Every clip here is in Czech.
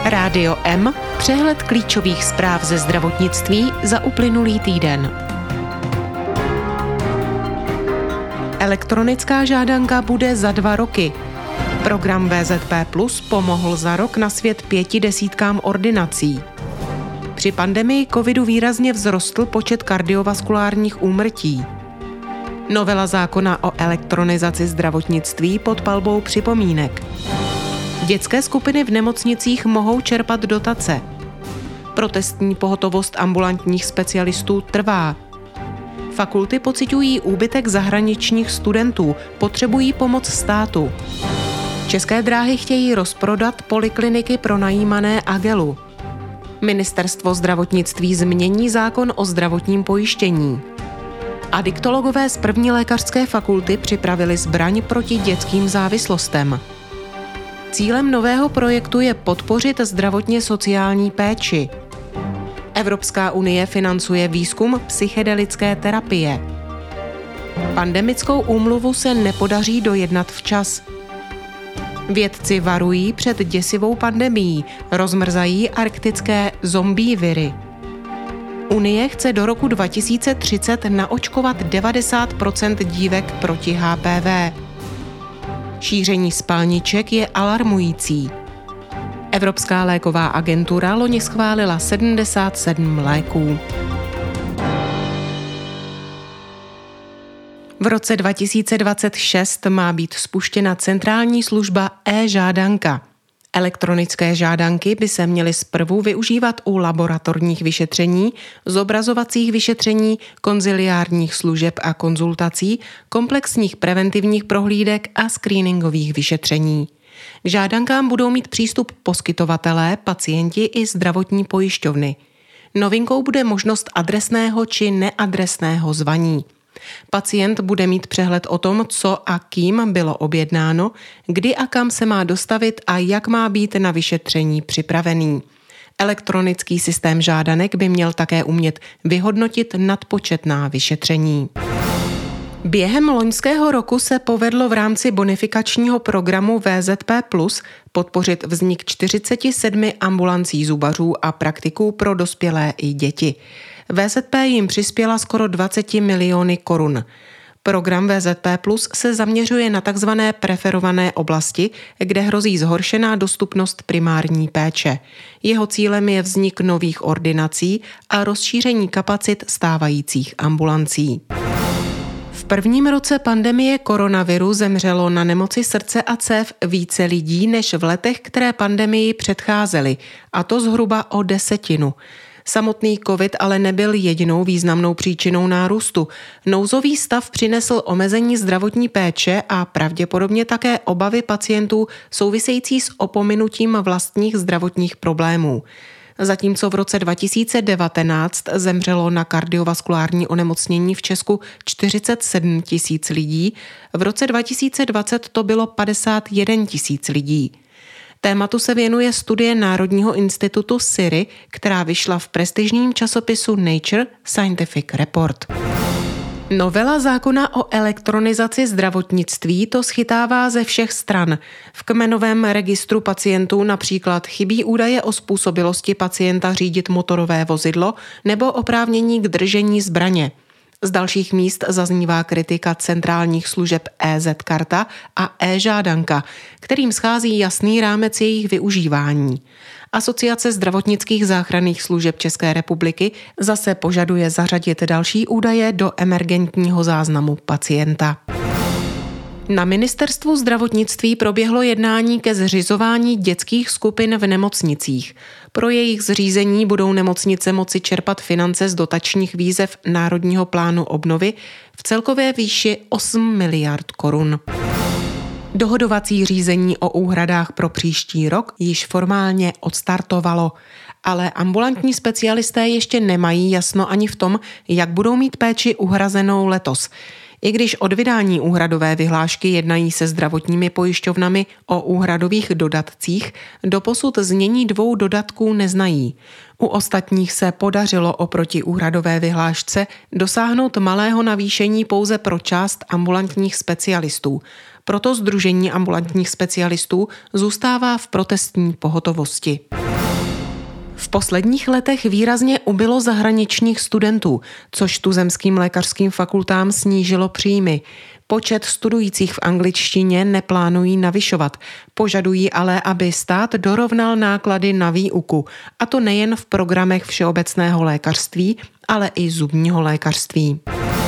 Rádio M, přehled klíčových zpráv ze zdravotnictví za uplynulý týden. Elektronická žádanka bude za 2 roky. Program VZP Plus pomohl za rok na svět 50 ordinací. Při pandemii covidu výrazně vzrostl počet kardiovaskulárních úmrtí. Novela zákona o elektronizaci zdravotnictví pod palbou připomínek. Dětské skupiny v nemocnicích mohou čerpat dotace. Protestní pohotovost ambulantních specialistů trvá. Fakulty pociťují úbytek zahraničních studentů, potřebují pomoc státu. České dráhy chtějí rozprodat polikliniky pronajímané Agelu. Ministerstvo zdravotnictví změní zákon o zdravotním pojištění. Adiktologové z první lékařské fakulty připravili zbraň proti dětským závislostem. Cílem nového projektu je podpořit zdravotně sociální péči. Evropská unie financuje výzkum psychedelické terapie. Pandemickou úmluvu se nepodaří dojednat včas. Vědci varují před děsivou pandemií, rozmrzají arktické zombie viry. Unie chce do roku 2030 naočkovat 90% dívek proti HPV. Šíření spalniček je alarmující. Evropská léková agentura loni schválila 77 léků. V roce 2026 má být spuštěna centrální služba e-žádanka. Elektronické žádanky by se měly zprvu využívat u laboratorních vyšetření, zobrazovacích vyšetření, konziliárních služeb a konzultací, komplexních preventivních prohlídek a screeningových vyšetření. K žádankám budou mít přístup poskytovatelé, pacienti i zdravotní pojišťovny. Novinkou bude možnost adresného či neadresného zvaní. Pacient bude mít přehled o tom, co a kým bylo objednáno, kdy a kam se má dostavit a jak má být na vyšetření připravený. Elektronický systém žádanek by měl také umět vyhodnotit nadpočetná vyšetření. Během loňského roku se povedlo v rámci bonifikačního programu VZP Plus podpořit vznik 47 ambulancí zubařů a praktiků pro dospělé i děti. VZP jim přispěla skoro 20 miliony korun. Program VZP Plus se zaměřuje na tzv. Preferované oblasti, kde hrozí zhoršená dostupnost primární péče. Jeho cílem je vznik nových ordinací a rozšíření kapacit stávajících ambulancí. V prvním roce pandemie koronaviru zemřelo na nemoci srdce a cév více lidí než v letech, které pandemii předcházely, a to zhruba o 10. Samotný covid ale nebyl jedinou významnou příčinou nárůstu. Nouzový stav přinesl omezení zdravotní péče a pravděpodobně také obavy pacientů související s opominutím vlastních zdravotních problémů. Zatímco v roce 2019 zemřelo na kardiovaskulární onemocnění v Česku 47 000 lidí, v roce 2020 to bylo 51 000 lidí. Tématu se věnuje studie Národního institutu SIRI, která vyšla v prestižním časopisu Nature Scientific Report. Novela zákona o elektronizaci zdravotnictví to schytává ze všech stran. V kmenovém registru pacientů například chybí údaje o způsobilosti pacienta řídit motorové vozidlo nebo oprávnění k držení zbraně. Z dalších míst zaznívá kritika centrálních služeb EZ-karta a e-žádanka, kterým schází jasný rámec jejich využívání. Asociace zdravotnických záchranných služeb České republiky zase požaduje zařadit další údaje do emergentního záznamu pacienta. Na Ministerstvu zdravotnictví proběhlo jednání ke zřizování dětských skupin v nemocnicích. Pro jejich zřízení budou nemocnice moci čerpat finance z dotačních výzev Národního plánu obnovy v celkové výši 8 miliard korun. Dohodovací řízení o úhradách pro příští rok již formálně odstartovalo, ale ambulantní specialisté ještě nemají jasno ani v tom, jak budou mít péči uhrazenou letos. I když od vydání úhradové vyhlášky jednají se zdravotními pojišťovnami o úhradových dodatcích, doposud znění 2 dodatků neznají. U ostatních se podařilo oproti úhradové vyhlášce dosáhnout malého navýšení pouze pro část ambulantních specialistů. Proto Sdružení ambulantních specialistů zůstává v protestní pohotovosti. V posledních letech výrazně ubylo zahraničních studentů, což tuzemským lékařským fakultám snížilo příjmy. Počet studujících v angličtině neplánují navyšovat, požadují ale, aby stát dorovnal náklady na výuku, a to nejen v programech všeobecného lékařství, ale i zubního lékařství.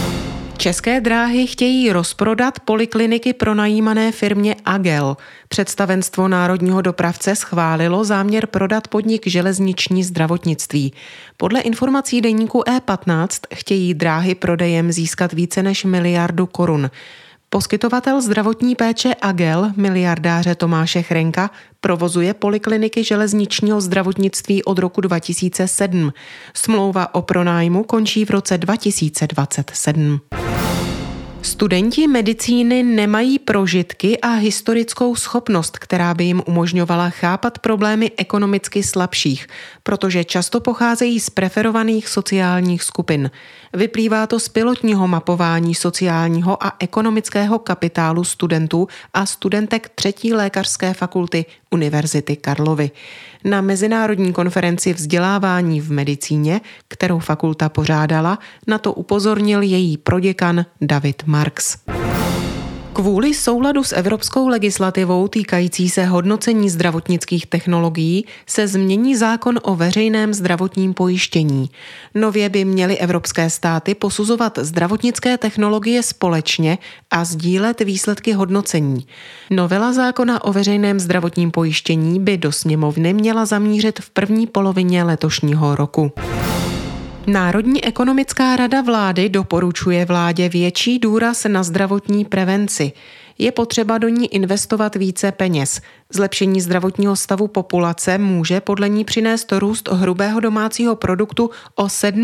České dráhy chtějí rozprodat polikliniky pronajímané firmě Agel. Představenstvo národního dopravce schválilo záměr prodat podnik Železniční zdravotnictví. Podle informací deníku E15 chtějí dráhy prodejem získat více než 1 miliardu korun. Poskytovatel zdravotní péče Agel, miliardáře Tomáše Chrenka, provozuje polikliniky železničního zdravotnictví od roku 2007. Smlouva o pronájmu končí v roce 2027. Studenti medicíny nemají prožitky a historickou schopnost, která by jim umožňovala chápat problémy ekonomicky slabších, protože často pocházejí z preferovaných sociálních skupin. Vyplývá to z pilotního mapování sociálního a ekonomického kapitálu studentů a studentek 3. lékařské fakulty Univerzity Karlovy. Na mezinárodní konferenci vzdělávání v medicíně, kterou fakulta pořádala, na to upozornil její proděkan David Marx. Kvůli souladu s evropskou legislativou týkající se hodnocení zdravotnických technologií se změní zákon o veřejném zdravotním pojištění. Nově by měly evropské státy posuzovat zdravotnické technologie společně a sdílet výsledky hodnocení. Novela zákona o veřejném zdravotním pojištění by do sněmovny měla zamířit v první polovině letošního roku. Národní ekonomická rada vlády doporučuje vládě větší důraz na zdravotní prevenci. Je potřeba do ní investovat více peněz. Zlepšení zdravotního stavu populace může podle ní přinést růst hrubého domácího produktu o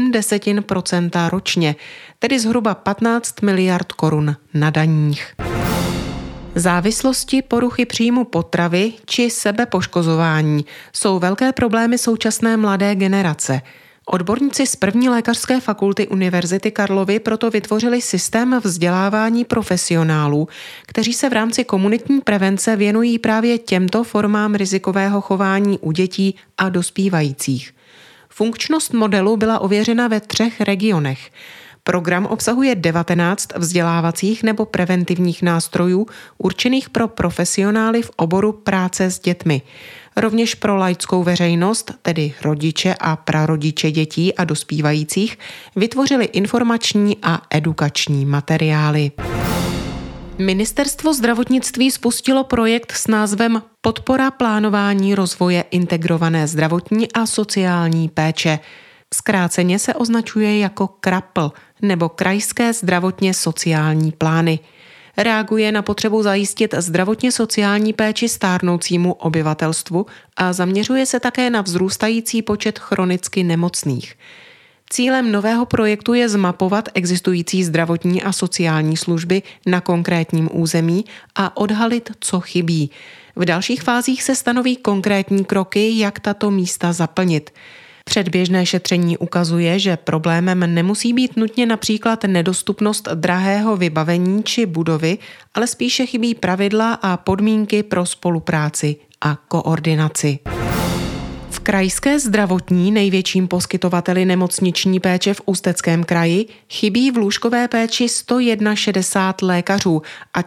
0,7% ročně, tedy zhruba 15 miliard korun na daních. Závislosti, poruchy příjmu potravy či sebepoškozování jsou velké problémy současné mladé generace. Odborníci z 1. lékařské fakulty Univerzity Karlovy proto vytvořili systém vzdělávání profesionálů, kteří se v rámci komunitní prevence věnují právě těmto formám rizikového chování u dětí a dospívajících. Funkčnost modelu byla ověřena ve 3 regionech. Program obsahuje 19 vzdělávacích nebo preventivních nástrojů určených pro profesionály v oboru práce s dětmi. Rovněž pro laickou veřejnost, tedy rodiče a prarodiče dětí a dospívajících, vytvořili informační a edukační materiály. Ministerstvo zdravotnictví spustilo projekt s názvem Podpora plánování rozvoje integrované zdravotní a sociální péče. Zkráceně se označuje jako KRAPL nebo Krajské zdravotně sociální plány. Reaguje na potřebu zajistit zdravotně sociální péči stárnoucímu obyvatelstvu a zaměřuje se také na vzrůstající počet chronicky nemocných. Cílem nového projektu je zmapovat existující zdravotní a sociální služby na konkrétním území a odhalit, co chybí. V dalších fázích se stanoví konkrétní kroky, jak tato místa zaplnit. Předběžné šetření ukazuje, že problémem nemusí být nutně například nedostupnost drahého vybavení či budovy, ale spíše chybí pravidla a podmínky pro spolupráci a koordinaci. V Krajské zdravotní, největším poskytovateli nemocniční péče v Ústeckém kraji, chybí v lůžkové péči 161 lékařů a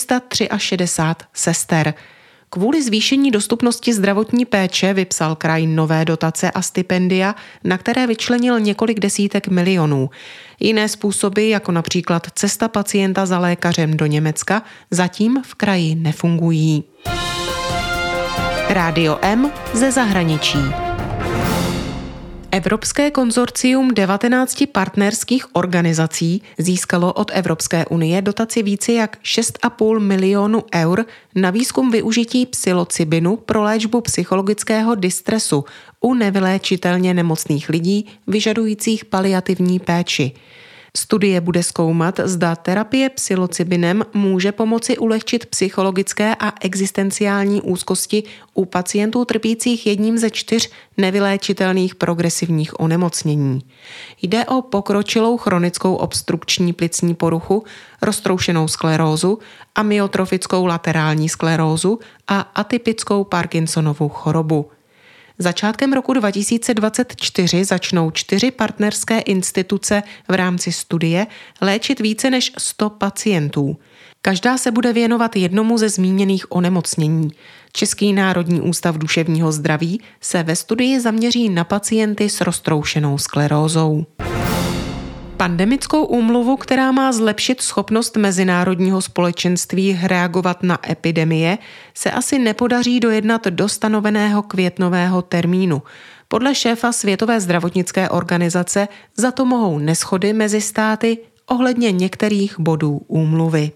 463 sester. Kvůli zvýšení dostupnosti zdravotní péče vypsal kraj nové dotace a stipendia, na které vyčlenil několik desítek milionů. Jiné způsoby, jako například cesta pacienta za lékařem do Německa, zatím v kraji nefungují. Rádio M ze zahraničí. Evropské konzorcium 19 partnerských organizací získalo od Evropské unie dotaci více jak 6,5 milionu eur na výzkum využití psilocybinu pro léčbu psychologického distresu u nevyléčitelně nemocných lidí vyžadujících paliativní péči. Studie bude zkoumat, zda terapie psilocybinem může pomoci ulehčit psychologické a existenciální úzkosti u pacientů trpících jedním ze 4 nevyléčitelných progresivních onemocnění. Jde o pokročilou chronickou obstrukční plicní poruchu, roztroušenou sklerózu, amyotrofickou laterální sklerózu a atypickou Parkinsonovu chorobu. Začátkem roku 2024 začnou 4 partnerské instituce v rámci studie léčit více než 100 pacientů. Každá se bude věnovat jednomu ze zmíněných onemocnění. Český národní ústav duševního zdraví se ve studii zaměří na pacienty s roztroušenou sklerózou. Pandemickou úmluvu, která má zlepšit schopnost mezinárodního společenství reagovat na epidemie, se asi nepodaří dojednat do stanoveného květnového termínu. Podle šéfa Světové zdravotnické organizace za to mohou neshody mezi státy ohledně některých bodů úmluvy.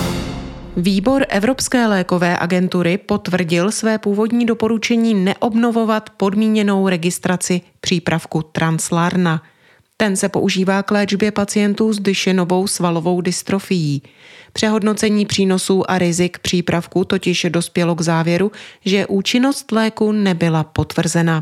Výbor Evropské lékové agentury potvrdil své původní doporučení neobnovovat podmíněnou registraci přípravku Translarna. Ten se používá k léčbě pacientů s Duchennovou svalovou dystrofií. Přehodnocení přínosů a rizik přípravku totiž dospělo k závěru, že účinnost léku nebyla potvrzena.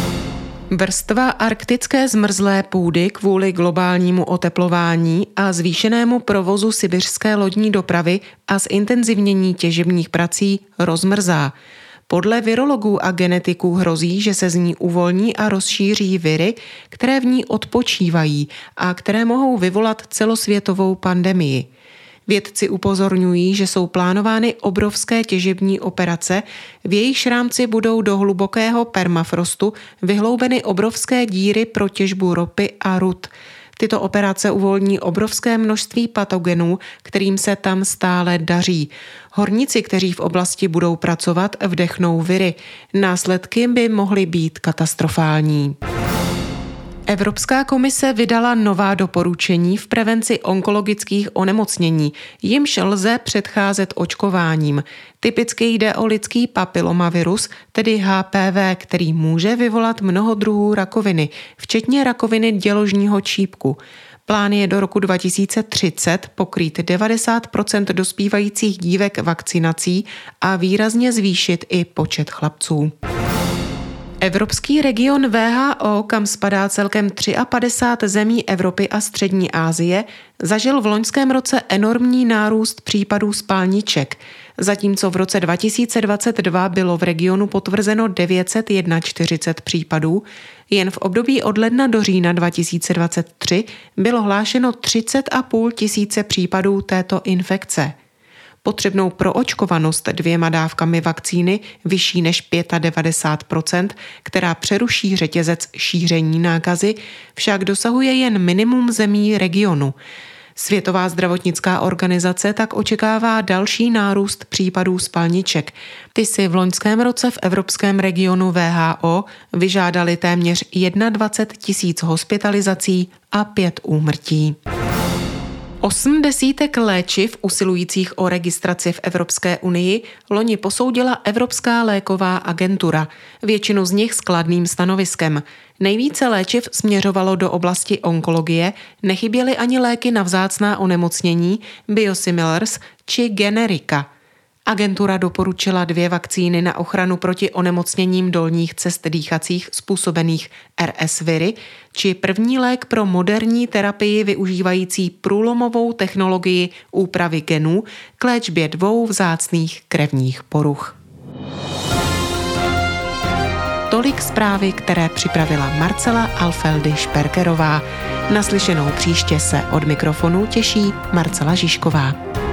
Vrstva arktické zmrzlé půdy kvůli globálnímu oteplování a zvýšenému provozu sibiřské lodní dopravy a zintenzivnění těžebních prací rozmrzá. Podle virologů a genetiků hrozí, že se z ní uvolní a rozšíří viry, které v ní odpočívají a které mohou vyvolat celosvětovou pandemii. Vědci upozorňují, že jsou plánovány obrovské těžební operace, v jejichž rámci budou do hlubokého permafrostu vyhloubeny obrovské díry pro těžbu ropy a rud. Tyto operace uvolní obrovské množství patogenů, kterým se tam stále daří. Horníci, kteří v oblasti budou pracovat, vdechnou viry. Následky by mohly být katastrofální. Evropská komise vydala nová doporučení v prevenci onkologických onemocnění, jimž lze předcházet očkováním. Typicky jde o lidský papilomavirus, tedy HPV, který může vyvolat mnoho druhů rakoviny, včetně rakoviny děložního čípku. Plán je do roku 2030 pokrýt 90% dospívajících dívek vakcinací a výrazně zvýšit i počet chlapců. Evropský region WHO, kam spadá celkem 53 zemí Evropy a Střední Asie, zažil v loňském roce enormní nárůst případů spalniček, zatímco v roce 2022 bylo v regionu potvrzeno 941 případů, jen v období od ledna do října 2023 bylo hlášeno 30,5 tisíce případů této infekce. Potřebnou proočkovanost 2 dávkami vakcíny vyšší než 95%, která přeruší řetězec šíření nákazy, však dosahuje jen minimum zemí regionu. Světová zdravotnická organizace tak očekává další nárůst případů spalniček. Ty si v loňském roce v evropském regionu WHO vyžádali téměř 21 tisíc hospitalizací a 5 úmrtí. 8 desítek léčiv usilujících o registraci v Evropské unii loni posoudila Evropská léková agentura, většinu z nich s kladným stanoviskem. Nejvíce léčiv směřovalo do oblasti onkologie, nechyběly ani léky na vzácná onemocnění, biosimilars či generika. Agentura doporučila 2 vakcíny na ochranu proti onemocněním dolních cest dýchacích způsobených RS viry, či první lék pro moderní terapii využívající průlomovou technologii úpravy genů k léčbě 2 vzácných krevních poruch. Tolik zprávy, které připravila Marcela Alfeldy-Šperkerová. Naslyšenou příště se od mikrofonu těší Marcela Žižková.